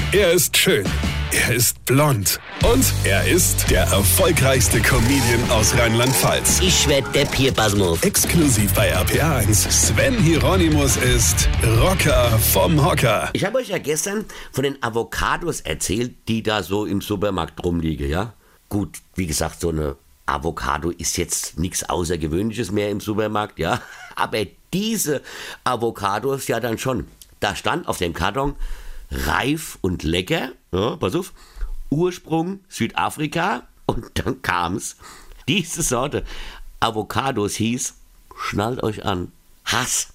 Er ist schön. Er ist blond. Und er ist der erfolgreichste Comedian aus Rheinland-Pfalz. Ich werd der Pierpasmus. Exklusiv bei RPA 1. Sven Hieronymus ist Rocker vom Hocker. Ich habe euch ja gestern von den Avocados erzählt, die da so im Supermarkt rumliegen, ja? Gut, wie gesagt, so eine Avocado ist jetzt nichts Außergewöhnliches mehr im Supermarkt, ja? Aber diese Avocados ja dann schon. Da stand auf dem Karton reif und lecker, ja, pass auf, Ursprung Südafrika, und dann kam's. Diese Sorte Avocados hieß, schnallt euch an, Hass.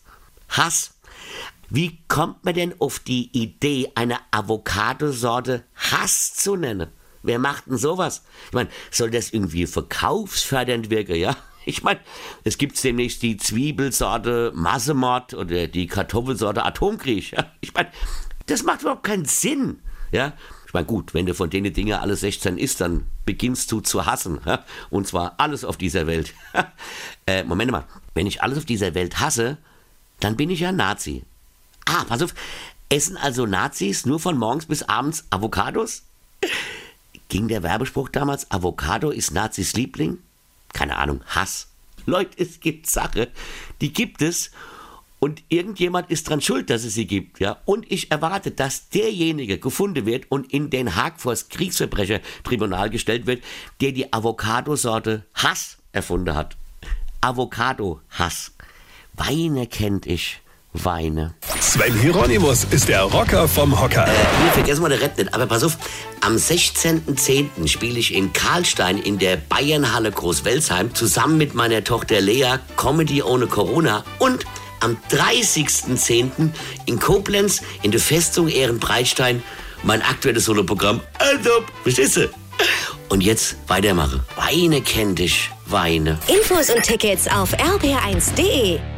Wie kommt man denn auf die Idee, eine Avocadosorte Hass zu nennen? Wer macht denn sowas? Ich meine, soll das irgendwie verkaufsfördernd wirken, ja? Ich meine, es gibt demnächst die Zwiebelsorte Massemord oder die Kartoffelsorte Atomkrieg. Ja? Ich meine, das macht überhaupt keinen Sinn. Ja? Ich meine, gut, wenn du von denen Dingen alle 16 isst, dann beginnst du zu hassen. Ja? Und zwar alles auf dieser Welt. Moment mal, wenn ich alles auf dieser Welt hasse, dann bin ich ja Nazi. Ah, pass auf, essen also Nazis nur von morgens bis abends Avocados? Ging der Werbespruch damals, Avocado ist Nazis Liebling? Keine Ahnung, Hass. Leute, es gibt Sachen, die gibt es und irgendjemand ist dran schuld, dass es sie gibt. Ja? Und ich erwarte, dass derjenige gefunden wird und in Den Haag vor das Kriegsverbrechertribunal gestellt wird, der die Avocadosorte Hass erfunden hat. Avocado-Hass. Weine kennt ich. Weine. Sven Hieronymus ist der Rocker vom Hocker. Hier vergessen wir den Rett nicht, aber pass auf, am 16.10. spiele ich in Karlstein in der Bayernhalle Großwelsheim zusammen mit meiner Tochter Lea Comedy ohne Corona, und am 30.10. in Koblenz in der Festung Ehrenbreitstein mein aktuelles Soloprogramm. Also, verstehst du? Und jetzt weitermache. Weine kennt dich, Weine. Infos und Tickets auf rb1.de.